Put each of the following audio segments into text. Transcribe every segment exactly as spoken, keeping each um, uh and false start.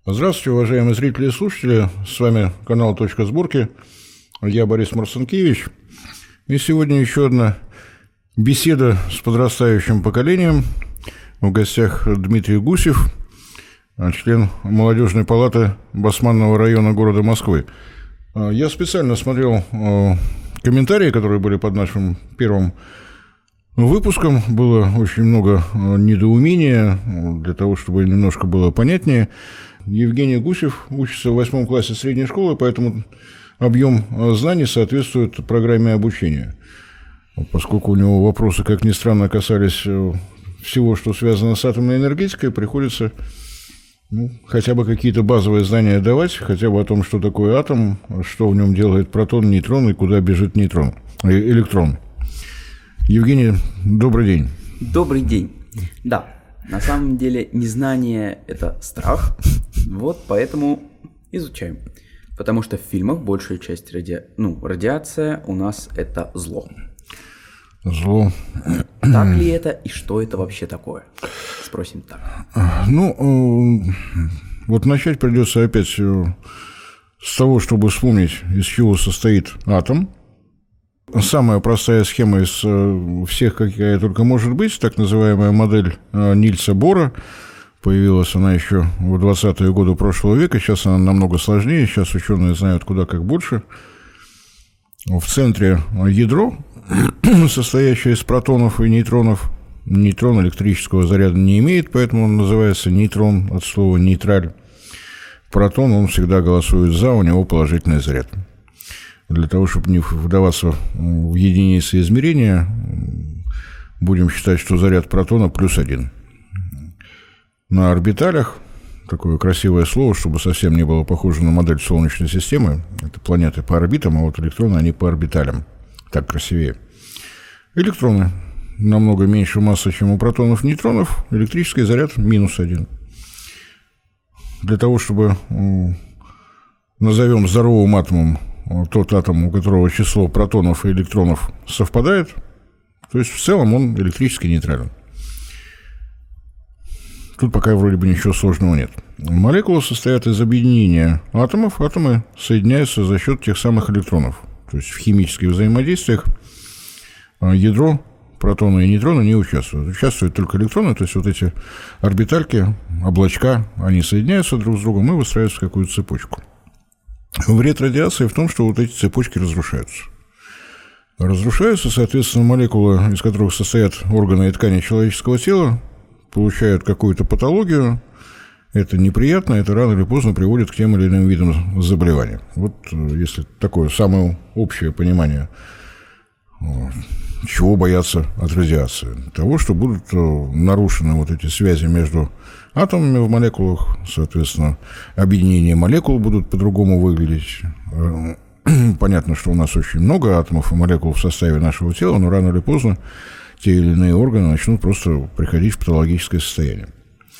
Здравствуйте, уважаемые зрители и слушатели. С вами канал «Точка сборки». Я Борис Марцинкевич. И сегодня еще одна беседа с подрастающим поколением. В гостях Дмитрий Гусев, член молодежной палаты Басманного района города Москвы. Я специально смотрел комментарии, которые были под нашим первым выпуском. Было очень много недоумения, для того, чтобы немножко было понятнее. Евгений Гусев учится в восьмом классе средней школы, поэтому объем знаний соответствует программе обучения. Поскольку у него вопросы, как ни странно, касались всего, что связано с атомной энергетикой, приходится ну, хотя бы какие-то базовые знания давать, хотя бы о том, что такое атом, что в нем делает протон, нейтрон и куда бежит нейтрон, электрон. Евгений, добрый день. Добрый день. Да. На самом деле незнание – это страх, вот поэтому изучаем. Потому что в фильмах большая часть ради... ну, радиация у нас – это зло. Зло. Так ли это и что это вообще такое? Спросим так. Ну, вот начать придется опять с того, чтобы вспомнить, из чего состоит атом. Самая простая схема из всех, какая только может быть, так называемая модель Нильса Бора. Появилась она еще в двадцатые годы прошлого века, сейчас она намного сложнее, сейчас ученые знают куда как больше. В центре ядро, состоящее из протонов и нейтронов. Нейтрон электрического заряда не имеет, поэтому он называется нейтрон от слова нейтраль. Протон, он всегда голосует за, у него положительный заряд. Для того, чтобы не вдаваться в единицы измерения, будем считать, что заряд протона плюс один. На орбиталях, такое красивое слово, чтобы совсем не было похоже на модель Солнечной системы, это планеты по орбитам, а вот электроны, они по орбиталям. Так красивее. Электроны намного меньше массы, чем у протонов и нейтронов, электрический заряд минус один. Для того, чтобы, назовем здоровым атомом, тот атом, у которого число протонов и электронов совпадает, то есть в целом он электрически нейтрален. Тут пока вроде бы ничего сложного нет. Молекулы состоят из объединения атомов. Атомы соединяются за счет тех самых электронов. То есть в химических взаимодействиях ядро, протоны и нейтроны не участвуют. Участвуют только электроны, то есть вот эти орбитальки, облачка, они соединяются друг с другом и выстраиваются в какую-то цепочку. Вред радиации в том, что вот эти цепочки разрушаются. Разрушаются, соответственно, молекулы, из которых состоят органы и ткани человеческого тела, получают какую-то патологию. Это неприятно, это рано или поздно приводит к тем или иным видам заболеваний. Вот если такое самое общее понимание, чего бояться от радиации. Того, что будут нарушены вот эти связи между атомами в молекулах, соответственно, объединения молекул будут по-другому выглядеть. Понятно, что у нас очень много атомов и молекул в составе нашего тела, но рано или поздно те или иные органы начнут просто приходить в патологическое состояние.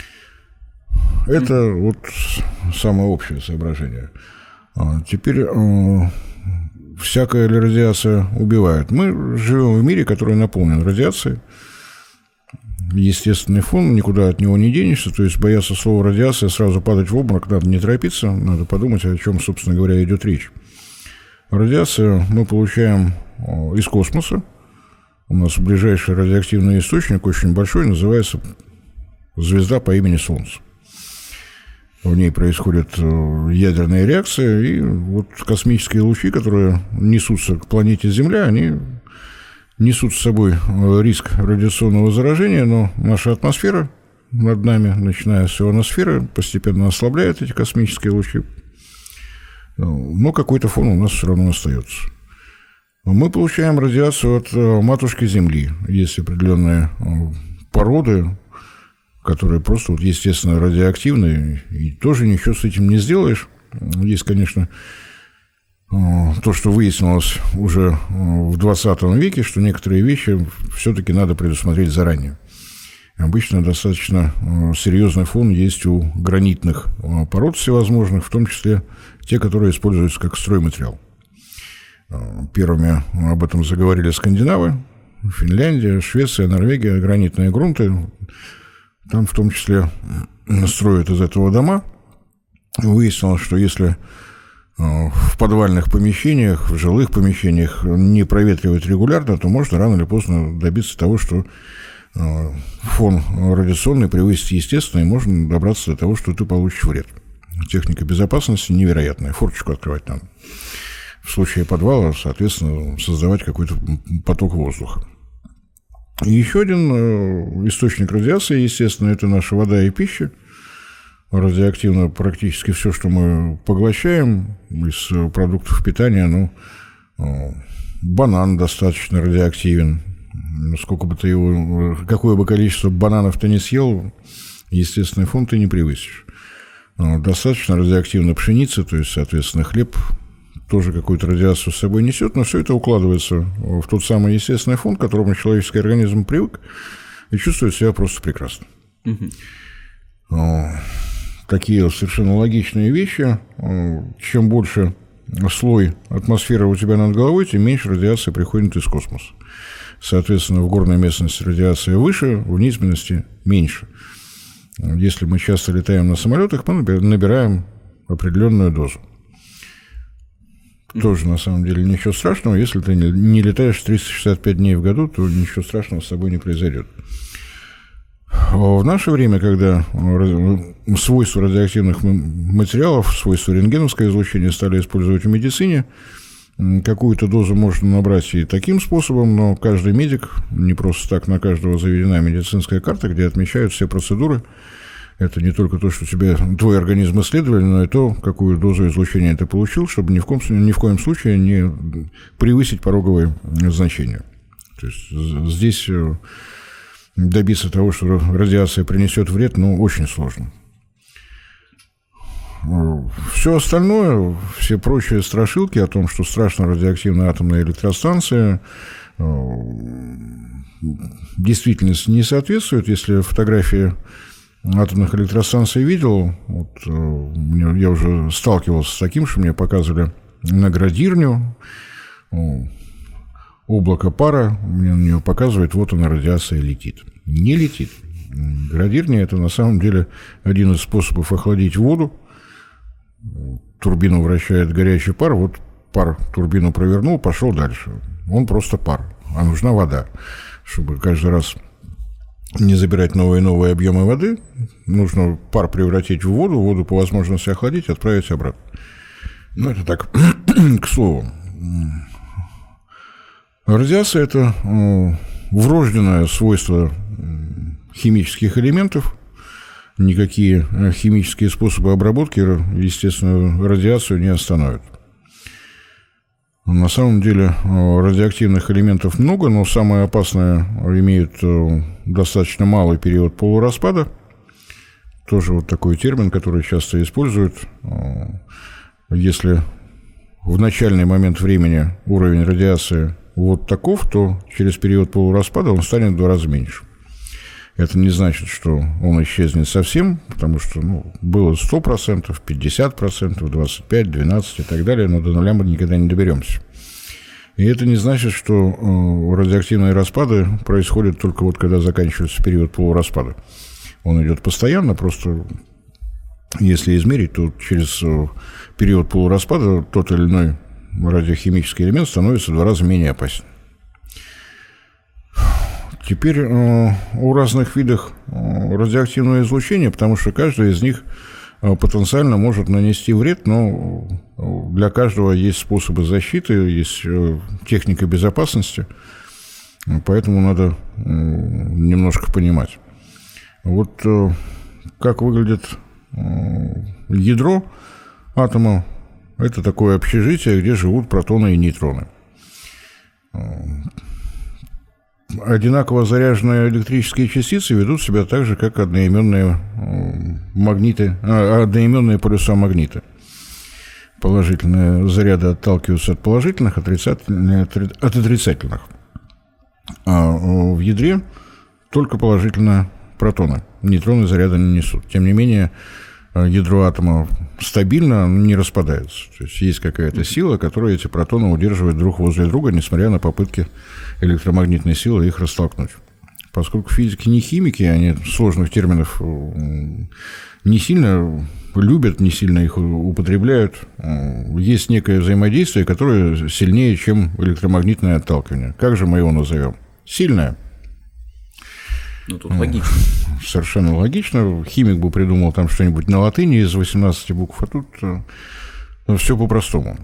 Это вот самое общее соображение. Теперь, всякая ли радиация убивает? Мы живем в мире, который наполнен радиацией. Естественный фон, никуда от него не денешься, то есть бояться слова радиация, сразу падать в обморок, надо не торопиться, надо подумать, о чем, собственно говоря, идет речь. Радиацию мы получаем из космоса. У нас ближайший радиоактивный источник, очень большой, называется звезда по имени Солнце. В ней происходят ядерные реакции, и вот космические лучи, которые несутся к планете Земля, они несут с собой риск радиационного заражения, но наша атмосфера над нами, начиная с ионосферы, постепенно ослабляет эти космические лучи. Но какой-то фон у нас все равно остается. Мы получаем радиацию от матушки Земли. Есть определенные породы, которые просто вот, естественно, радиоактивные, и тоже ничего с этим не сделаешь. Есть, конечно, то, что выяснилось уже в двадцатом веке, что некоторые вещи все-таки надо предусмотреть заранее. Обычно достаточно серьезный фон есть у гранитных пород всевозможных, в том числе те, которые используются как стройматериал. Первыми об этом заговорили скандинавы, Финляндия, Швеция, Норвегия, гранитные грунты. Там в том числе строят из этого дома. выяснилось, что если в подвальных помещениях, в жилых помещениях не проветривать регулярно, то можно рано или поздно добиться того, что фон радиационный превысит естественный, и можно добраться до того, что ты получишь вред. Техника безопасности невероятная. Форточку открывать надо. В случае подвала, соответственно, создавать какой-то поток воздуха. И еще один источник радиации, естественно, это наша вода и пища. Радиоактивно практически все, что мы поглощаем из продуктов питания. Ну, банан достаточно радиоактивен. Сколько бы ты его, какое бы количество бананов ты не съел, естественный фон ты не превысишь. Достаточно радиоактивна пшеница, то есть, соответственно, хлеб тоже какую-то радиацию с собой несет, но все это укладывается в тот самый естественный фон, к которому человеческий организм привык и чувствует себя просто прекрасно. Mm-hmm. Такие совершенно логичные вещи. Чем больше слой атмосферы у тебя над головой, тем меньше радиации приходит из космоса. Соответственно, в горной местности радиация выше, в низменности меньше. Если мы часто летаем на самолетах, мы набираем определенную дозу. Тоже, на самом деле, ничего страшного. Если ты не летаешь триста шестьдесят пять дней в году, то ничего страшного с собой не произойдет. В наше время, когда свойства радиоактивных материалов, свойства рентгеновского излучения стали использовать в медицине, какую-то дозу можно набрать и таким способом, но каждый медик, не просто так на каждого заведена медицинская карта, где отмечают все процедуры. Это не только то, что тебе твой организм исследовали, но и то, какую дозу излучения ты получил, чтобы ни в коем, ни в коем случае не превысить пороговые значения. То есть здесь добиться того, что радиация принесет вред, ну, очень сложно. Все остальное, все прочие страшилки о том, что страшно радиоактивная атомная электростанция, действительности не соответствует. Если фотографии атомных электростанций видел, вот, я уже сталкивался с таким, что мне показывали наградирню, облако пара, мне на нее показывает, вот она, радиация летит. Не летит. Градирня – это на самом деле один из способов охладить воду. Турбину вращает горячий пар, вот пар турбину провернул, пошел дальше. Он просто пар, а нужна вода. Чтобы каждый раз не забирать новые и новые объемы воды, нужно пар превратить в воду, воду по возможности охладить, отправить обратно. Ну, это так, к слову. Радиация – это врожденное свойство химических элементов. Никакие химические способы обработки естественную радиацию не остановят. На самом деле радиоактивных элементов много, но самые опасные имеют достаточно малый период полураспада. Тоже вот такой термин, который часто используют. Если в начальный момент времени уровень радиации вот таков, то через период полураспада он станет в два раза меньше. Это не значит, что он исчезнет совсем, потому что ну, было сто процентов, пятьдесят процентов, двадцать пять процентов, двенадцать процентов и так далее, но до нуля мы никогда не доберемся. И это не значит, что э, радиоактивные распады происходят только вот когда заканчивается период полураспада. Он идет постоянно, просто если измерить, то через э, период полураспада тот или иной радиохимический элемент становится в два раза менее опасен. Теперь э, о разных видах э, радиоактивного излучения, потому что каждый из них э, потенциально может нанести вред, но для каждого есть способы защиты, есть э, техника безопасности, поэтому надо э, немножко понимать. Вот э, как выглядит э, ядро атома, это такое общежитие, где живут протоны и нейтроны. Одинаково заряженные электрические частицы ведут себя так же, как одноименные магниты, одноименные полюса магнита. Положительные заряды отталкиваются от положительных, отрицательные от отрицательных. А в ядре только положительные протоны. Нейтроны заряда не несут. Тем не менее, ядро атома стабильно, не распадается. То есть есть какая-то сила, которая эти протоны удерживает друг возле друга, несмотря на попытки электромагнитной силы их растолкнуть. Поскольку физики не химики, они сложных терминов не сильно любят, не сильно их употребляют. Есть некое взаимодействие, которое сильнее, чем электромагнитное отталкивание. Как же мы его назовем? Сильное. Ну, тут логично. Совершенно логично. Химик бы придумал там что-нибудь на латыни из восемнадцати букв, а тут все по-простому.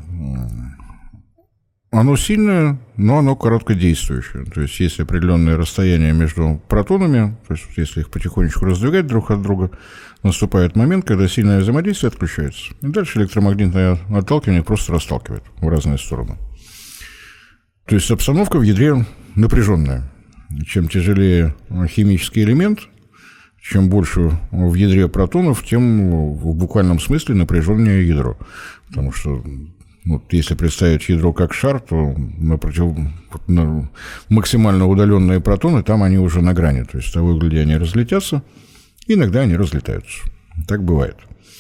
Оно сильное, но оно короткодействующее. То есть есть определенное расстояние между протонами, то есть если их потихонечку раздвигать друг от друга, наступает момент, когда сильное взаимодействие отключается. И дальше электромагнитное отталкивание просто расталкивает в разные стороны. То есть обстановка в ядре напряженная. Чем тяжелее химический элемент, чем больше в ядре протонов, тем в буквальном смысле напряженнее ядро. Потому что вот если представить ядро как шар, то напротив, на максимально удаленные протоны, там они уже на грани. То есть в того гляди они разлетятся, иногда они разлетаются. Так бывает.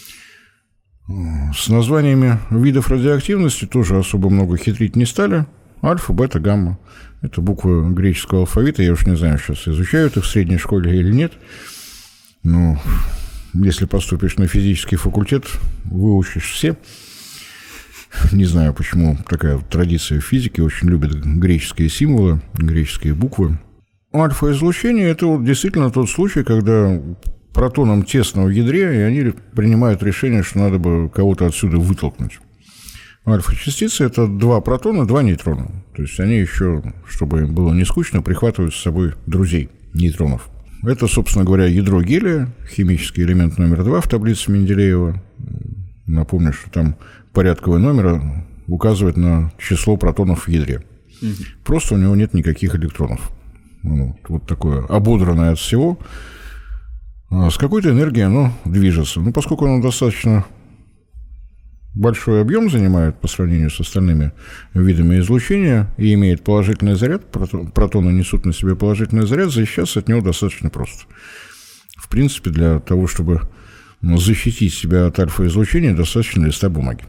С названиями видов радиоактивности тоже особо много хитрить не стали. Альфа, бета, гамма. Это буквы греческого алфавита. Я уж не знаю, сейчас изучают их в средней школе или нет. Но если поступишь на физический факультет, выучишь все. Не знаю, почему такая традиция в физике. Очень любят греческие символы, греческие буквы. Альфа-излучение – это вот действительно тот случай, когда протонам тесно в ядре, и они принимают решение, что надо бы кого-то отсюда вытолкнуть. Альфа-частицы – это два протона, два нейтрона. То есть они еще, чтобы им было не скучно, прихватывают с собой друзей, нейтронов. Это, собственно говоря, ядро гелия, химический элемент номер два в таблице Менделеева. Напомню, что там порядковый номер указывает на число протонов в ядре. Угу. Просто у него нет никаких электронов. Ну, вот такое ободранное от всего. А с какой-то энергией оно движется. Ну, поскольку оно достаточно большой объем занимает по сравнению с остальными видами излучения и имеет положительный заряд, протоны несут на себе положительный заряд, защищаться от него достаточно просто. В принципе, для того, чтобы защитить себя от альфа-излучения, достаточно листа бумаги.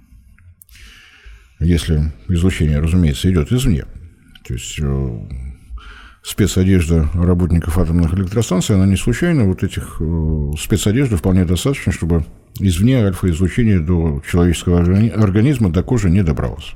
Если излучение, разумеется, идет извне. То есть спецодежда работников атомных электростанций, она не случайна. Вот этих спецодежды вполне достаточно, чтобы извне альфа-излучение до человеческого организма, до кожи не добралось.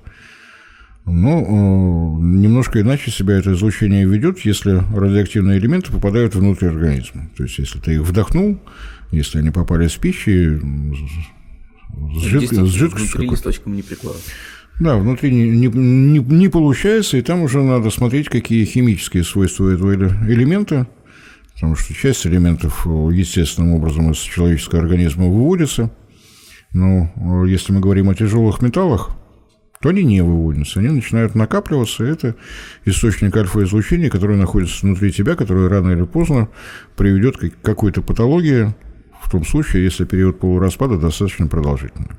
Но немножко иначе себя это излучение ведет, если радиоактивные элементы попадают внутрь организма. То есть если ты их вдохнул, если они попали с пищей, с, жид... с жидкостью... Внутри листочком не прикладывать. Да, внутри не, не, не, не получается, и там уже надо смотреть, какие химические свойства этого элемента, потому что часть элементов естественным образом из человеческого организма выводится. Но если мы говорим о тяжелых металлах, то они не выводятся, они начинают накапливаться, и это источник альфа-излучения, который находится внутри тебя, который рано или поздно приведет к какой-то патологии, в том случае, если период полураспада достаточно продолжительный.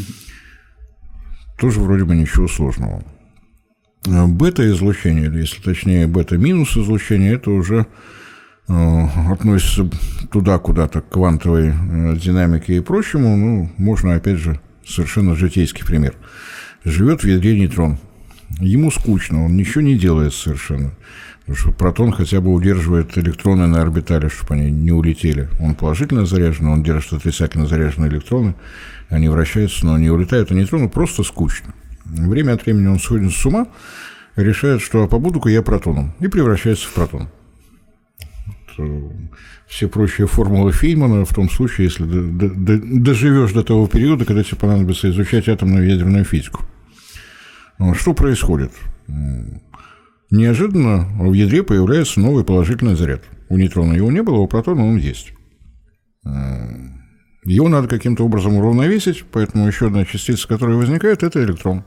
Тоже вроде бы ничего сложного. Бета-излучение, или, если точнее, бета-минус излучение, это уже э, относится туда, куда-то, к квантовой э, динамике и прочему. Ну, можно, опять же, совершенно житейский пример. Живет в ядре нейтрон. Ему скучно, он ничего не делает совершенно. Потому что протон хотя бы удерживает электроны на орбитале, чтобы они не улетели. Он положительно заряжен, он держит отрицательно заряженные электроны. Они вращаются, но не улетают, а нейтрону просто скучно. Время от времени он сходит с ума, решает, что а побуду-ка я протоном, и превращается в протон. Вот, все прочие формулы Фейнмана в том случае, если д- д- доживешь до того периода, когда тебе понадобится изучать атомную и ядерную физику. Что происходит? Неожиданно в ядре появляется новый положительный заряд. У нейтрона его не было, у протона он есть. Его надо каким-то образом уравновесить, поэтому еще одна частица, которая возникает, это электрон.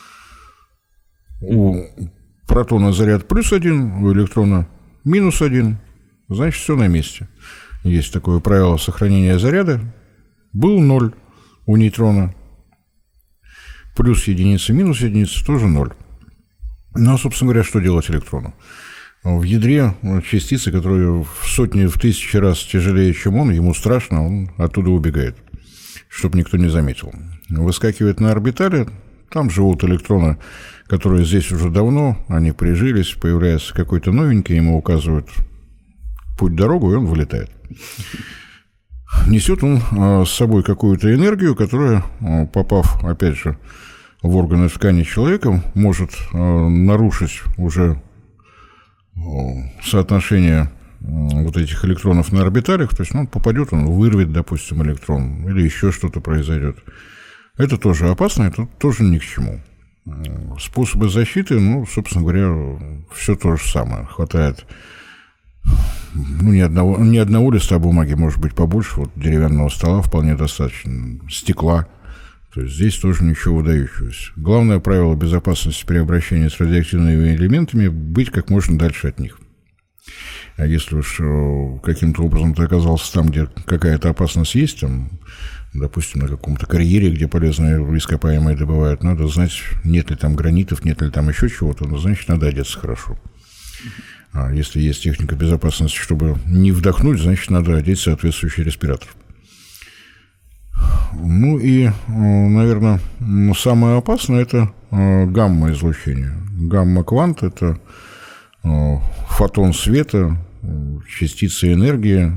У протона заряд плюс один, у электрона минус один, значит, все на месте. Есть такое правило сохранения заряда. Был ноль у нейтрона, плюс единица, минус единица, тоже ноль. Ну, собственно говоря, что делать электрону? В ядре частицы, которые в сотни, в тысячи раз тяжелее, чем он, ему страшно, он оттуда убегает, чтобы никто не заметил. Выскакивает на орбитале, там живут электроны, которые здесь уже давно, они прижились, появляется какой-то новенький, ему указывают путь-дорогу, и он вылетает. несет он с собой какую-то энергию, которая, попав, опять же, в органы ткани человека, может нарушить уже соотношение вот этих электронов на орбиталях, то есть, ну, попадет он, вырвет, допустим, электрон, или еще что-то произойдет. Это тоже опасно, это тоже ни к чему. Способы защиты, ну, собственно говоря, все то же самое. Хватает, ну, ни одного, ни одного листа бумаги, может быть, побольше, вот деревянного стола вполне достаточно, стекла. То есть здесь тоже ничего выдающегося. Главное правило безопасности при обращении с радиоактивными элементами – быть как можно дальше от них. А если уж каким-то образом ты оказался там, где какая-то опасность есть, там, допустим, на каком-то карьере, где полезные ископаемые добывают, надо знать, нет ли там гранитов, нет ли там еще чего-то, ну, значит, надо одеться хорошо. А если есть техника безопасности, чтобы не вдохнуть, значит, надо одеть соответствующий респиратор. Ну и, наверное, самое опасное – это гамма-излучение. Гамма-квант – это фотон света, частица энергии.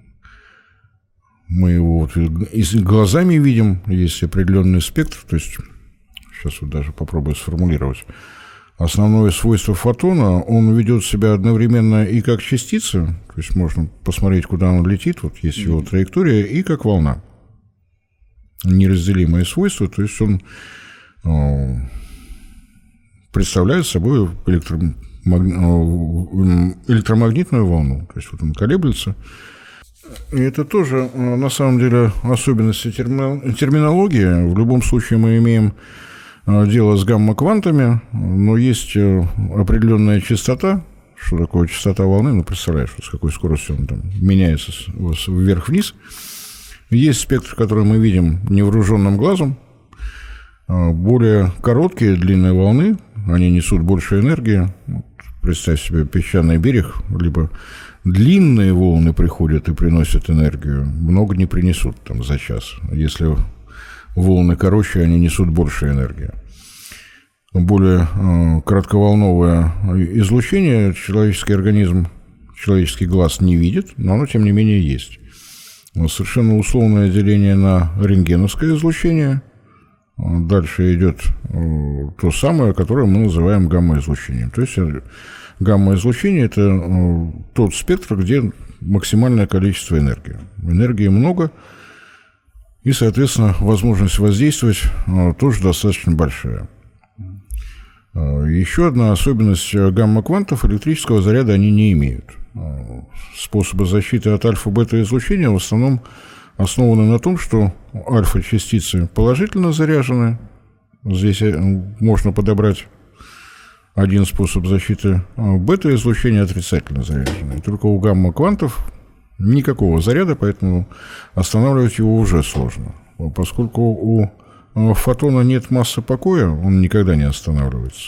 Мы его вот и глазами видим, есть определенный спектр, то есть, сейчас вот даже попробую сформулировать. Основное свойство фотона, он ведет себя одновременно и как частица, то есть можно посмотреть, куда он летит, вот есть его траектория, и как волна. Неразделимое свойство, то есть он э, представляет собой электромаг... электромагнитную волну, то есть вот он колеблется. И это тоже, на самом деле, особенности терми... терминологии. В любом случае мы имеем дело с гамма-квантами, но есть определенная частота. Что такое частота волны? Ну, представляешь, с какой скоростью он там меняется вверх-вниз. Есть спектр, который мы видим невооруженным глазом. Более короткие, длинные волны, они несут больше энергии. Представь себе песчаный берег, либо длинные волны приходят и приносят энергию, много не принесут там за час. Если волны короче, они несут больше энергии. Более э, кратковолновое излучение человеческий организм, человеческий глаз не видит, но оно, тем не менее, есть. Совершенно условное деление на рентгеновское излучение. Дальше идет то самое, которое мы называем гамма-излучением. То есть гамма-излучение – это тот спектр, где максимальное количество энергии. Энергии много, и, соответственно, возможность воздействовать тоже достаточно большая. Еще одна особенность гамма-квантов – электрического заряда они не имеют. Способы защиты от альфа-бета-излучения в основном основаны на том, что альфа-частицы положительно заряжены. Здесь можно подобрать один способ защиты. Бета-излучение отрицательно заряжено. И только у гамма-квантов никакого заряда, поэтому останавливать его уже сложно. Поскольку у фотона нет массы покоя, он никогда не останавливается.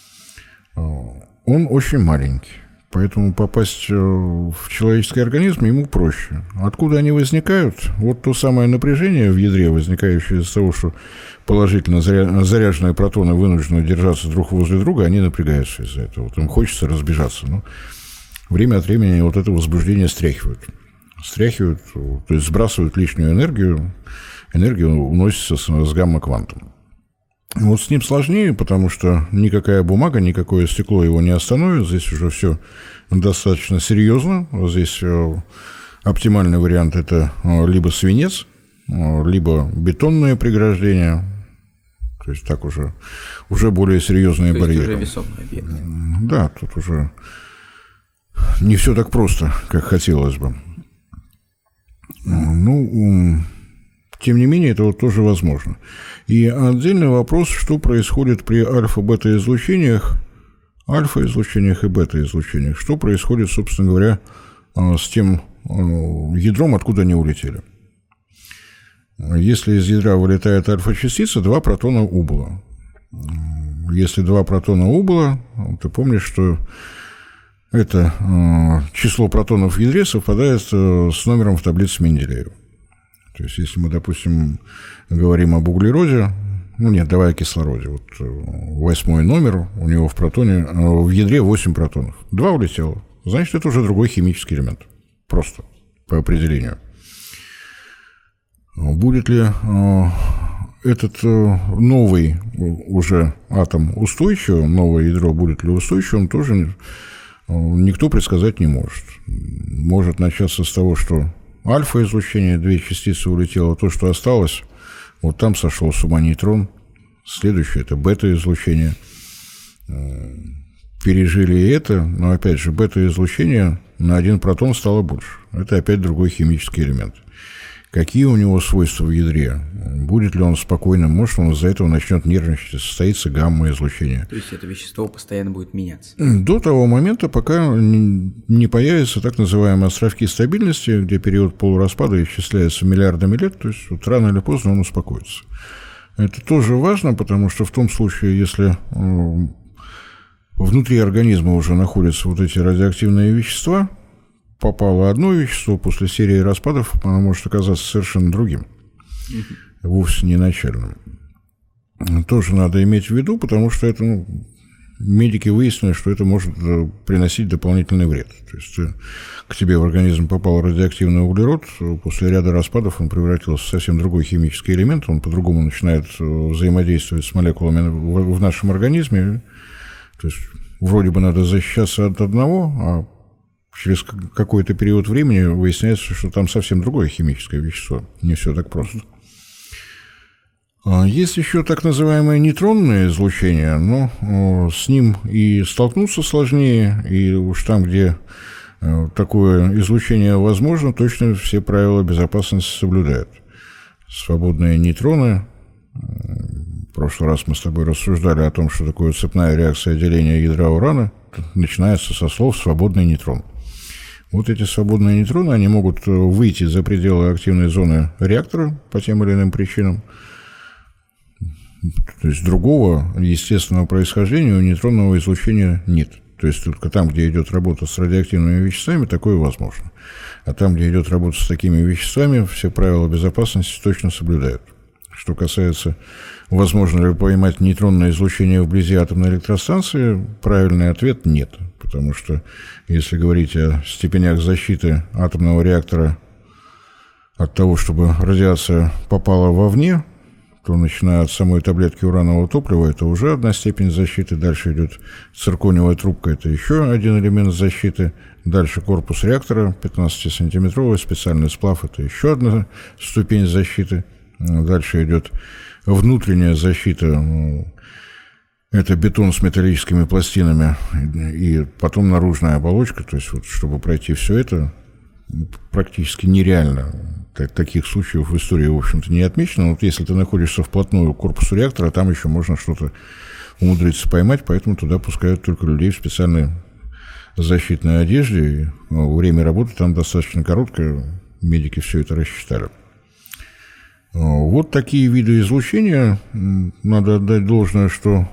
Он очень маленький. Поэтому попасть в человеческий организм ему проще. Откуда они возникают? Вот то самое напряжение в ядре, возникающее из-за того, что положительно заряженные протоны вынуждены держаться друг возле друга, они напрягаются из-за этого. Вот им хочется разбежаться. Но время от времени вот это возбуждение стряхивают. Стряхивают, то есть сбрасывают лишнюю энергию. Энергия уносится с, с гамма-квантом. Вот с ним сложнее, потому что никакая бумага, никакое стекло его не остановит. Здесь уже все достаточно серьезно. Здесь оптимальный вариант – это либо свинец, либо бетонное преграждение. То есть так уже, уже более серьезные барьеры. То есть уже весомый объект. Да, тут уже не все так просто, как хотелось бы. Ну, тем не менее, это вот тоже возможно. И отдельный вопрос, что происходит при альфа-бета-излучениях, альфа-излучениях и бета-излучениях. Что происходит, собственно говоря, с тем ядром, откуда они улетели. Если из ядра вылетает альфа-частица, два протона убыло. Если два протона убыло, ты помнишь, что это число протонов в ядре совпадает с номером в таблице Менделеева. То есть, если мы, допустим, говорим об углероде, ну нет, давай о кислороде. Вот восьмой номер, у него в протоне, в ядре восемь протонов. Два улетело. Значит, это уже другой химический элемент. Просто по определению. Будет ли этот новый уже атом устойчивым, новое ядро будет ли устойчивым, тоже никто предсказать не может. Может начаться с того, что альфа-излучение, две частицы улетело, то, что осталось, вот там сошел с ума нейтрон. Следующее – это бета-излучение. Пережили и это, но, опять же, бета-излучение на один протон стало больше. Это опять другой химический элемент. Какие у него свойства в ядре? Будет ли он спокойным? Может, он из-за этого начнет нервничать, состоится гамма-излучение. То есть это вещество постоянно будет меняться? До того момента, пока не появятся так называемые островки стабильности, где период полураспада исчисляется миллиардами лет, то есть вот рано или поздно он успокоится. Это тоже важно, потому что в том случае, если внутри организма уже находятся вот эти радиоактивные вещества, попало одно вещество, после серии распадов оно может оказаться совершенно другим, вовсе не начальным. Тоже надо иметь в виду, потому что это, ну, медики выяснили, что это может приносить дополнительный вред. То есть к тебе в организм попал радиоактивный углерод, после ряда распадов он превратился в совсем другой химический элемент, он по-другому начинает взаимодействовать с молекулами в нашем организме. То есть вроде бы надо защищаться от одного, а через какой-то период времени выясняется, что там совсем другое химическое вещество. Не все так просто. Есть еще так называемое нейтронное излучение, но с ним и столкнуться сложнее, и уж там, где такое излучение возможно, точно все правила безопасности соблюдают. Свободные нейтроны. В прошлый раз мы с тобой рассуждали о том, что такое цепная реакция деления ядра урана. Начинается со слов «свободный нейтрон». Вот эти свободные нейтроны, они могут выйти за пределы активной зоны реактора по тем или иным причинам. То есть другого естественного происхождения у нейтронного излучения нет. То есть только там, где идет работа с радиоактивными веществами, такое возможно. А там, где идет работа с такими веществами, все правила безопасности точно соблюдают. Что касается, возможно ли поймать нейтронное излучение вблизи атомной электростанции, правильный ответ – нет. Потому что если говорить о степенях защиты атомного реактора от того, чтобы радиация попала вовне, то начиная от самой таблетки уранового топлива, это уже одна степень защиты. Дальше идет циркониевая трубка, это еще один элемент защиты. Дальше корпус реактора, пятнадцатисантиметровый специальный сплав, это еще одна ступень защиты. Дальше идет внутренняя защита, это бетон с металлическими пластинами, и потом наружная оболочка. То есть, вот, чтобы пройти все это, практически нереально. Таких случаев в истории, в общем-то, не отмечено. Вот если ты находишься вплотную к корпусу реактора, там еще можно что-то умудриться поймать, поэтому туда пускают только людей в специальной защитной одежде. И, ну, время работы там достаточно короткое, медики все это рассчитали. Вот такие виды излучения. Надо отдать должное, что...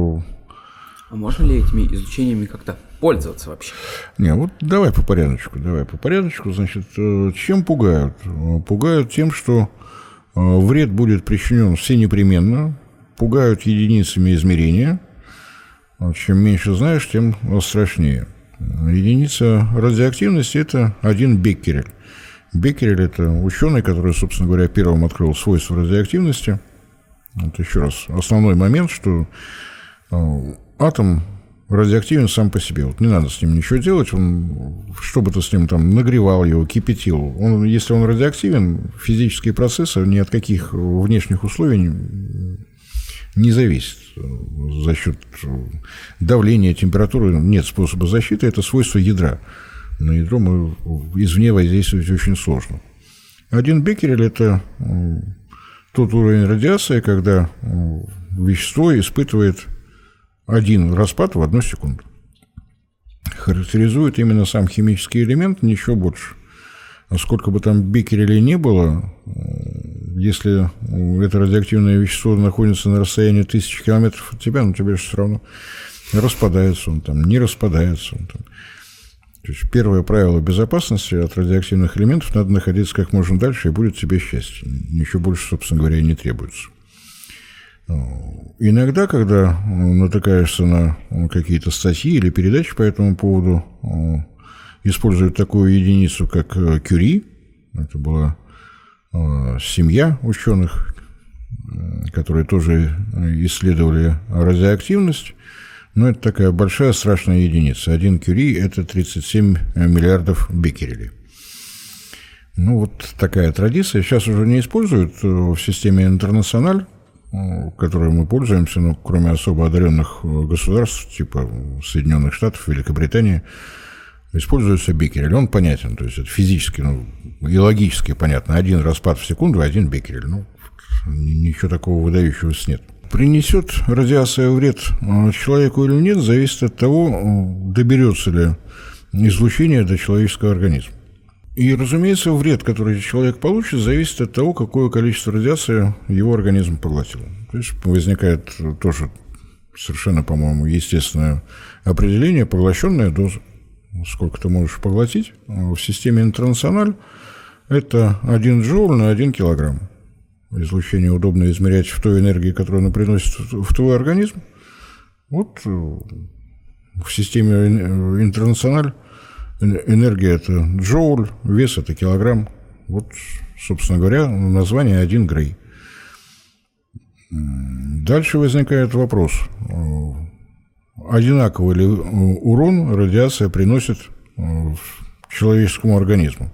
А можно ли этими излучениями как-то пользоваться вообще? Не, вот давай по порядочку, давай по порядочку. Значит, чем пугают? Пугают тем, что вред будет причинен всенепременно. Пугают единицами измерения. Чем меньше знаешь, тем страшнее. Единица радиоактивности – это один беккерель. Беккерель – это ученый, который, собственно говоря, первым открыл свойства радиоактивности. Вот еще раз, основной момент, что атом радиоактивен сам по себе. Вот не надо с ним ничего делать. Он, что бы ты с ним там нагревал его, кипятил. Он, если он радиоактивен, физические процессы ни от каких внешних условий не зависят. За счет давления, температуры нет способа защиты. Это свойство ядра. На ядро мы извне воздействовать очень сложно. Один беккерель – это тот уровень радиации, когда вещество испытывает один распад в одну секунду. Характеризует именно сам химический элемент, ничего больше. А сколько бы там беккерелей не было, если это радиоактивное вещество находится на расстоянии тысячи километров от тебя, ну тебе же все равно распадается он там, не распадается он там. То есть первое правило безопасности от радиоактивных элементов – надо находиться как можно дальше, и будет тебе счастье. Ничего больше, собственно говоря, и не требуется. Иногда, когда натыкаешься на какие-то статьи или передачи по этому поводу, используют такую единицу, как Кюри. Это была семья ученых, которые тоже исследовали радиоактивность. Но это такая большая страшная единица. Один Кюри – это тридцать семь миллиардов беккерелей. Ну, вот такая традиция. Сейчас уже не используют в системе «Интернациональ», которой мы пользуемся, ну, кроме особо одаренных государств, типа Соединенных Штатов, Великобритании, используется беккерель. Он понятен, то есть это физически, ну, и логически понятно. Один распад в секунду, один беккерель. Ну, ничего такого выдающегося нет. Принесет радиация вред человеку или нет, зависит от того, доберется ли излучение до человеческого организма. И, разумеется, вред, который человек получит, зависит от того, какое количество радиации его организм поглотил. То есть возникает тоже совершенно, по-моему, естественное определение: поглощенная доза. Сколько ты можешь поглотить? В системе «Интернациональ» это один джоуль на один килограмм. Излучение удобно измерять в той энергии, которую оно приносит в твой организм. Вот в системе «Интернациональ» энергия – это джоуль, вес – это килограмм. Вот, собственно говоря, название один грей. Дальше возникает вопрос: одинаковый ли урон радиация приносит человеческому организму?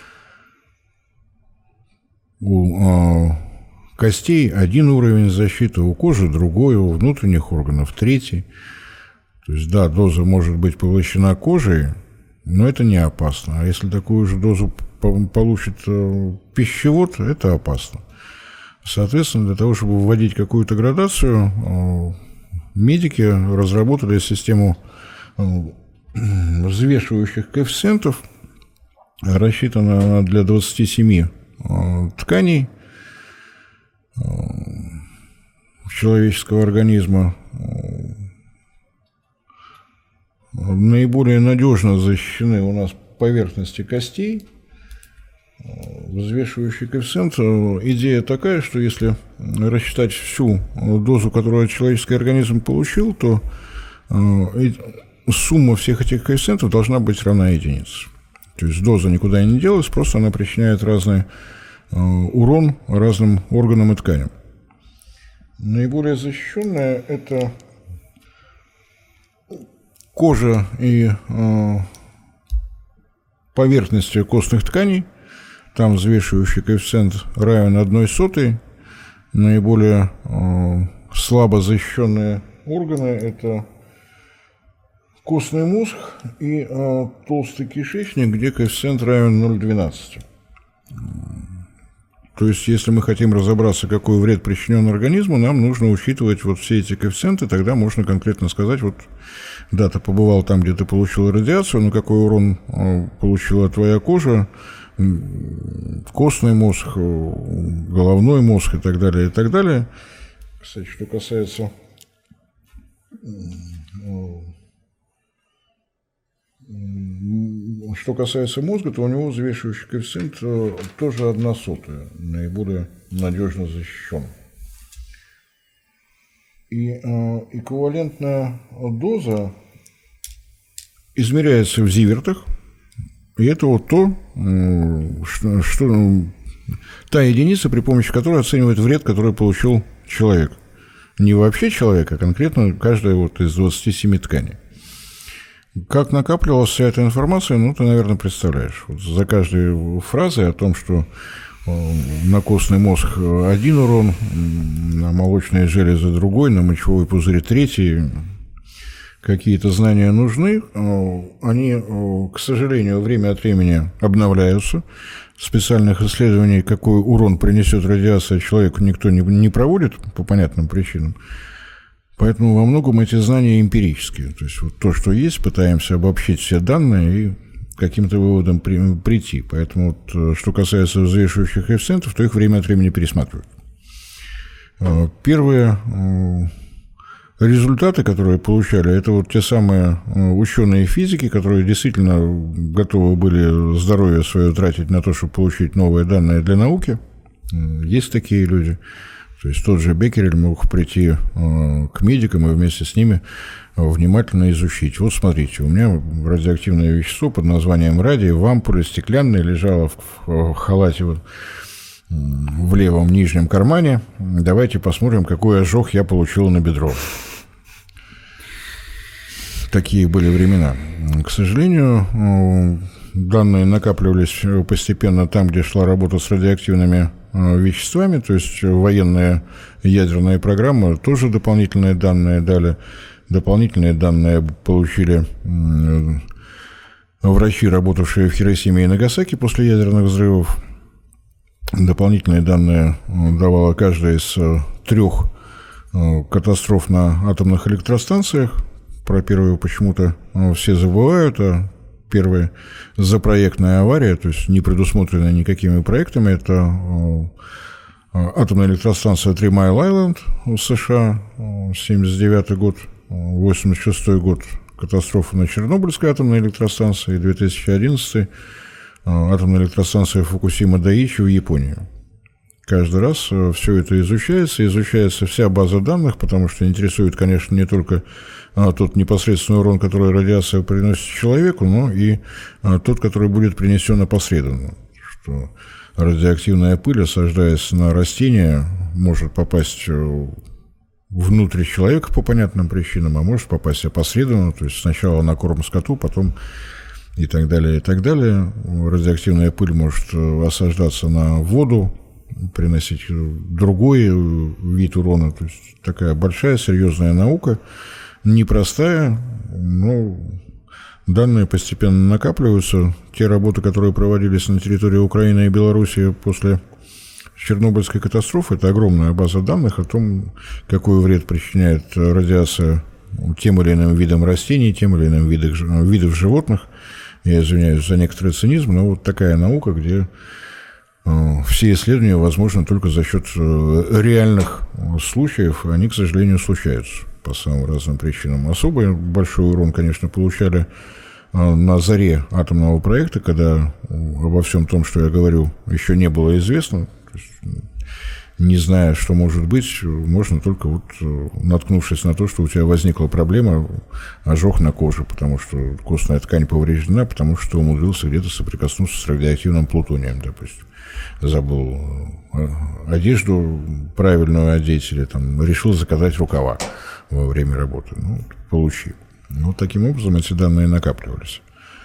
У костей один уровень защиты, у кожи другой, у внутренних органов третий. То есть, да, доза может быть поглощена кожей, но это не опасно. А если такую же дозу получит пищевод, это опасно. Соответственно, для того, чтобы вводить какую-то градацию, медики разработали систему взвешивающих коэффициентов, рассчитана для двадцати семи тканей человеческого организма. Наиболее надежно защищены у нас поверхности костей. Взвешивающий коэффициент. Идея такая, что если рассчитать всю дозу, которую человеческий организм получил, то сумма всех этих коэффициентов должна быть равна единице. То есть доза никуда не делась, просто она причиняет разный урон разным органам и тканям. Наиболее защищенная – это кожа и поверхности костных тканей. Там взвешивающий коэффициент равен одной сотой. Наиболее э, слабо защищенные органы – это костный мозг и э, толстый кишечник, где коэффициент равен ноль целых двенадцать сотых. То есть, если мы хотим разобраться, какой вред причинен организму, нам нужно учитывать вот все эти коэффициенты, тогда можно конкретно сказать, вот, да, ты побывал там, где ты получил радиацию, но какой урон э, получила твоя кожа, костный мозг, головной мозг и так далее, и так далее. Кстати, что касается что касается мозга, то у него взвешивающий коэффициент тоже одна сотая, наиболее надежно защищен. И э, эквивалентная доза измеряется в зивертах. И это вот то, что, что, та единица, при помощи которой оценивает вред, который получил человек. Не вообще человек, а конкретно каждая вот из двадцати семи тканей. Как накапливалась вся эта информация, ну, ты, наверное, представляешь. Вот за каждой фразой о том, что на костный мозг один урон, на молочные железы другой, на мочевой пузырь третий, какие-то знания нужны, они, к сожалению, время от времени обновляются. Специальных исследований, какой урон принесет радиация человеку, никто не проводит по понятным причинам. Поэтому во многом эти знания эмпирические. То есть вот то, что есть, пытаемся обобщить все данные и к каким-то выводам при, прийти. Поэтому вот, что касается взвешивающих коэффициентов, то их время от времени пересматривают. Первые результаты, которые получали, это вот те самые ученые физики, которые действительно готовы были здоровье свое тратить на то, чтобы получить новые данные для науки. Есть такие люди. То есть тот же Беккерель мог прийти к медикам и вместе с ними внимательно изучить. Вот смотрите, у меня радиоактивное вещество под названием радий в ампуле стеклянной лежало в халате вот в левом нижнем кармане. Давайте посмотрим, какой ожог я получил на бедро. Такие были времена. К сожалению, данные накапливались постепенно там, где шла работа с радиоактивными веществами, то есть военные ядерные программы тоже дополнительные данные дали. Дополнительные данные получили врачи, работавшие в Хиросиме и Нагасаки после ядерных взрывов. Дополнительные данные давала каждая из трех катастроф на атомных электростанциях. Про первую почему-то все забывают, а первая запроектная авария, то есть не предусмотренная никакими проектами, это атомная электростанция Три Майл Айленд в США, семьдесят девятый год, восемьдесят шестой год катастрофа на Чернобыльской атомной электростанции, две тысячи одиннадцатый атомная электростанция Фукусима Дайичи в Японии. Каждый раз все это изучается, изучается вся база данных, потому что интересует, конечно, не только тот непосредственный урон, который радиация приносит человеку, но и тот, который будет принесен опосредованно. Что радиоактивная пыль, осаждаясь на растения, может попасть внутрь человека по понятным причинам, а может попасть опосредованно, то есть сначала на корм скоту, потом и так далее, и так далее. Радиоактивная пыль может осаждаться на воду, приносить другой вид урона. То есть такая большая, серьезная наука, непростая, но данные постепенно накапливаются. Те работы, которые проводились на территории Украины и Белоруссии после Чернобыльской катастрофы, это огромная база данных о том, какой вред причиняет радиация тем или иным видам растений, тем или иным видам, видов животных. Я извиняюсь за некоторый цинизм, но вот такая наука, где все исследования возможны только за счет реальных случаев, они, к сожалению, случаются по самым разным причинам. Особо большой урон, конечно, получали на заре атомного проекта, когда обо всем том, что я говорю, еще не было известно. То есть, не зная, что может быть, можно только вот наткнувшись на то, что у тебя возникла проблема, ожог на коже, потому что костная ткань повреждена, потому что умудрился где-то соприкоснуться с радиоактивным плутонием, допустим. Забыл одежду правильную одеть или там, решил заказать рукава во время работы. Ну, получи. Вот таким образом эти данные накапливались.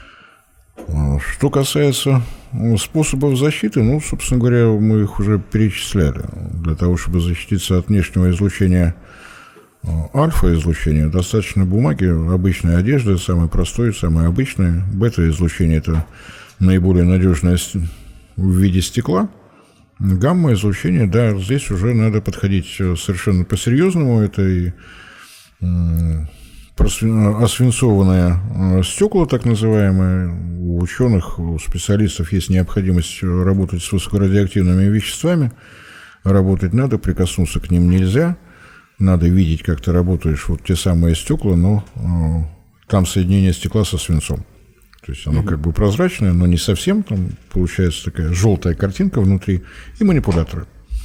Что касается способов защиты, ну, собственно говоря, мы их уже перечисляли. Для того, чтобы защититься от внешнего излучения, альфа-излучения, достаточно бумаги, обычной одежды, самой простой, самой обычной. Бета-излучение – это наиболее надежное в виде стекла. Гамма-излучение, да, здесь уже надо подходить совершенно по-серьезному. Это и освинцованные стекла, так называемые. У ученых, у специалистов есть необходимость работать с высокорадиоактивными веществами. Работать надо, прикоснуться к ним нельзя. Надо видеть, как ты работаешь, вот те самые стекла, но там соединение стекла со свинцом. То есть оно mm-hmm. как бы прозрачное, но не совсем. Там получается такая желтая картинка внутри и манипуляторы.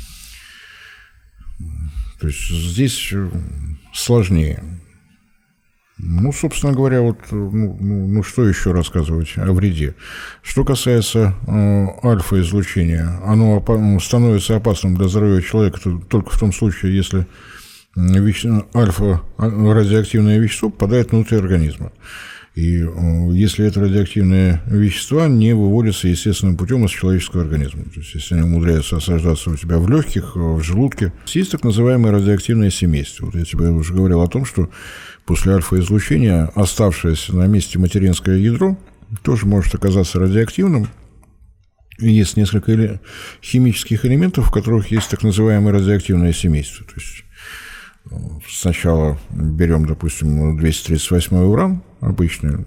То есть здесь сложнее. Ну, собственно говоря, вот, ну, ну что еще рассказывать о вреде? Что касается э, альфа-излучения, оно оп- становится опасным для здоровья человека только в том случае, если веще- альфа-радиоактивное вещество попадает внутрь организма. И э, если это радиоактивные вещества не выводятся естественным путем из человеческого организма. То есть, если они умудряются осаждаться у тебя в легких, в желудке. Есть так называемое радиоактивное семейство. Вот я тебе уже говорил о том, что после альфа-излучения оставшееся на месте материнское ядро тоже может оказаться радиоактивным. И есть несколько химических элементов, в которых есть так называемое радиоактивное семейство. То есть сначала берем, допустим, двести тридцать восьмой уран обычный.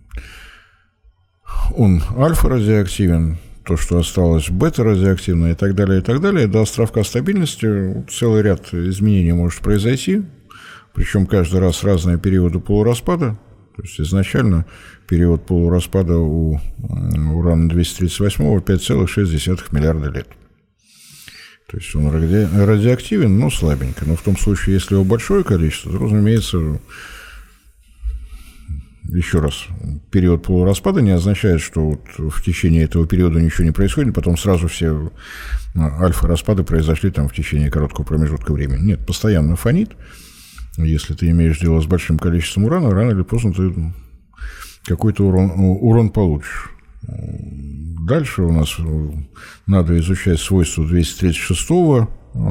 Он альфа-радиоактивен, то, что осталось бета-радиоактивное и так далее, и так далее. До островка стабильности целый ряд изменений может произойти. Причем каждый раз разные периоды полураспада. То есть изначально период полураспада у урана двести тридцать восьмого пять целых шесть десятых миллиарда лет. То есть он ради... радиоактивен, но слабенько. Но в том случае, если его большое количество, то, разумеется, еще раз, период полураспада не означает, что вот в течение этого периода ничего не происходит, потом сразу все альфа-распады произошли там в течение короткого промежутка времени. Нет, постоянно фонит. Если ты имеешь дело с большим количеством урана, рано или поздно ты какой-то урон, урон получишь. Дальше у нас надо изучать свойства двести тридцать шестого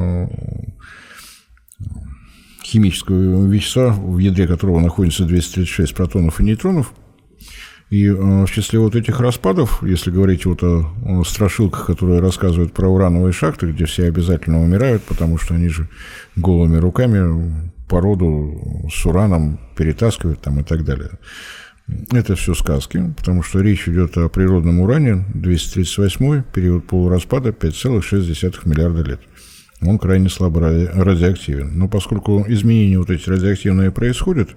химического вещества, в ядре которого находится двести тридцать шесть протонов и нейтронов. И в числе вот этих распадов, если говорить вот о страшилках, которые рассказывают про урановые шахты, где все обязательно умирают, потому что они же голыми руками породу с ураном перетаскивают там и так далее. Это все сказки, потому что речь идет о природном уране, двести тридцать восьмой, период полураспада, пять целых шесть десятых миллиарда лет. Он крайне слабо радиоактивен. Но поскольку изменения вот эти радиоактивные происходят,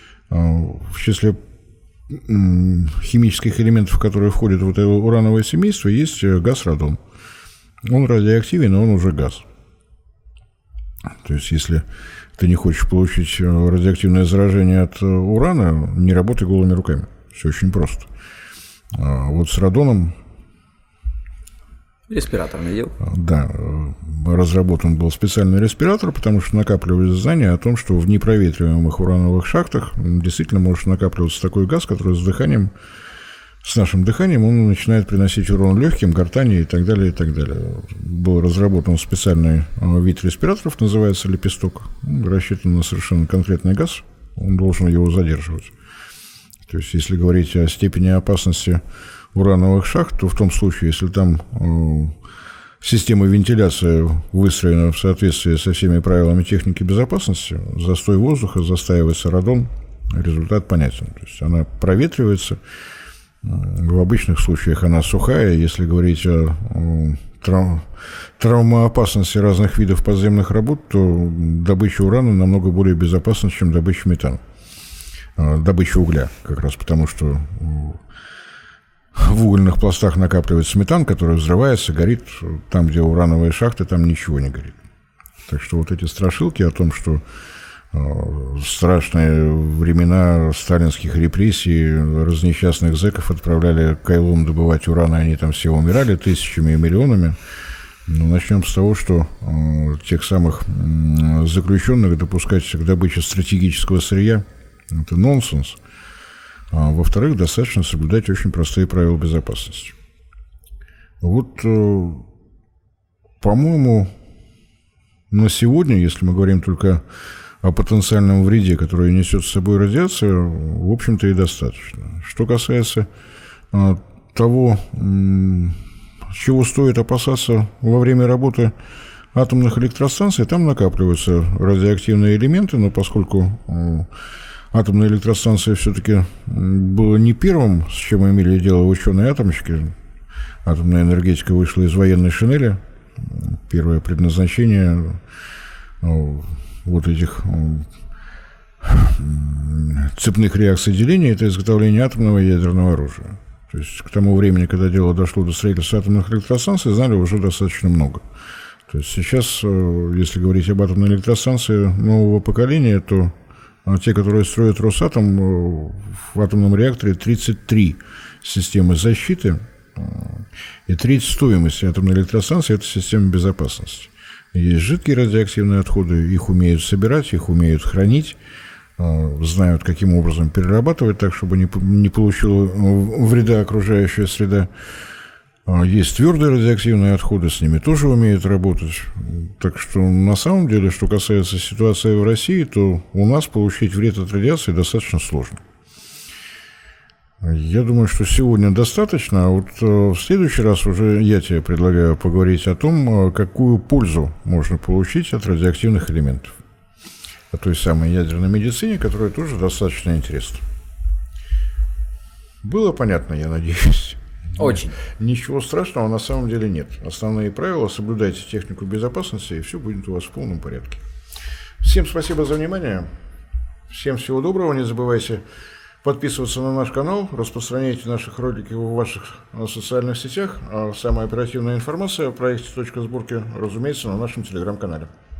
в числе химических элементов, которые входят в это урановое семейство, есть газ радон. Он радиоактивен, но он уже газ. То есть, если ты не хочешь получить радиоактивное заражение от урана, не работай голыми руками. Все очень просто. А вот с радоном... Респиратор надел? Да, разработан был специальный респиратор, потому что накапливались знания о том, что в непроветриваемых урановых шахтах действительно может накапливаться такой газ, который с дыханием, с нашим дыханием, он начинает приносить урон легким, гортани и так далее, и так далее. Был разработан специальный вид респираторов, называется лепесток, рассчитан на совершенно конкретный газ, он должен его задерживать. То есть, если говорить о степени опасности урановых шахт, то в том случае, если там э, система вентиляции выстроена в соответствии со всеми правилами техники безопасности, застой воздуха, застаивается радон, результат понятен. То есть она проветривается. В обычных случаях она сухая. Если говорить о э, трав... травмоопасности разных видов подземных работ, то добыча урана намного более безопасна, чем добыча метана. Э, добыча угля, как раз потому, что э, в угольных пластах накапливается метан, который взрывается, горит. Там, где урановые шахты, там ничего не горит. Так что вот эти страшилки о том, что э, страшные времена сталинских репрессий, разнесчастных зэков отправляли к Кайлун добывать уран, и они там все умирали тысячами и миллионами. Ну, начнем с того, что э, тех самых э, заключенных допускать к добыче стратегического сырья – это нонсенс. А во-вторых, достаточно соблюдать очень простые правила безопасности. Вот, э, по-моему, на сегодня, если мы говорим только о потенциальном вреде, который несет с собой радиация, в общем-то и достаточно. Что касается э, того, э, чего стоит опасаться во время работы атомных электростанций, там накапливаются радиоактивные элементы, но поскольку э, атомная электростанция все-таки была не первым, с чем имели дело ученые-атомщики. Атомная энергетика вышла из военной шинели. Первое предназначение вот этих цепных реакций деления – это изготовление атомного и ядерного оружия. То есть к тому времени, когда дело дошло до строительства атомных электростанций, знали уже достаточно много. То есть сейчас, если говорить об атомной электростанции нового поколения, то те, которые строят Росатом, в атомном реакторе тридцать три системы защиты и треть стоимости атомной электростанции – это система безопасности. Есть жидкие радиоактивные отходы, их умеют собирать, их умеют хранить, знают, каким образом перерабатывать так, чтобы не получила вреда окружающая среда. Есть твердые радиоактивные отходы, с ними тоже умеют работать. Так что, на самом деле, что касается ситуации в России, то у нас получить вред от радиации достаточно сложно. Я думаю, что сегодня достаточно, а вот в следующий раз уже я тебе предлагаю поговорить о том, какую пользу можно получить от радиоактивных элементов. О той самой ядерной медицине, которая тоже достаточно интересна. Было понятно, я надеюсь? Очень. Ничего страшного на самом деле нет. Основные правила: соблюдайте технику безопасности, и все будет у вас в полном порядке. Всем спасибо за внимание. Всем всего доброго. Не забывайте подписываться на наш канал, распространяйте наших ролики в ваших социальных сетях. А самая оперативная информация о проекте «Точка сборки», разумеется, на нашем телеграм-канале.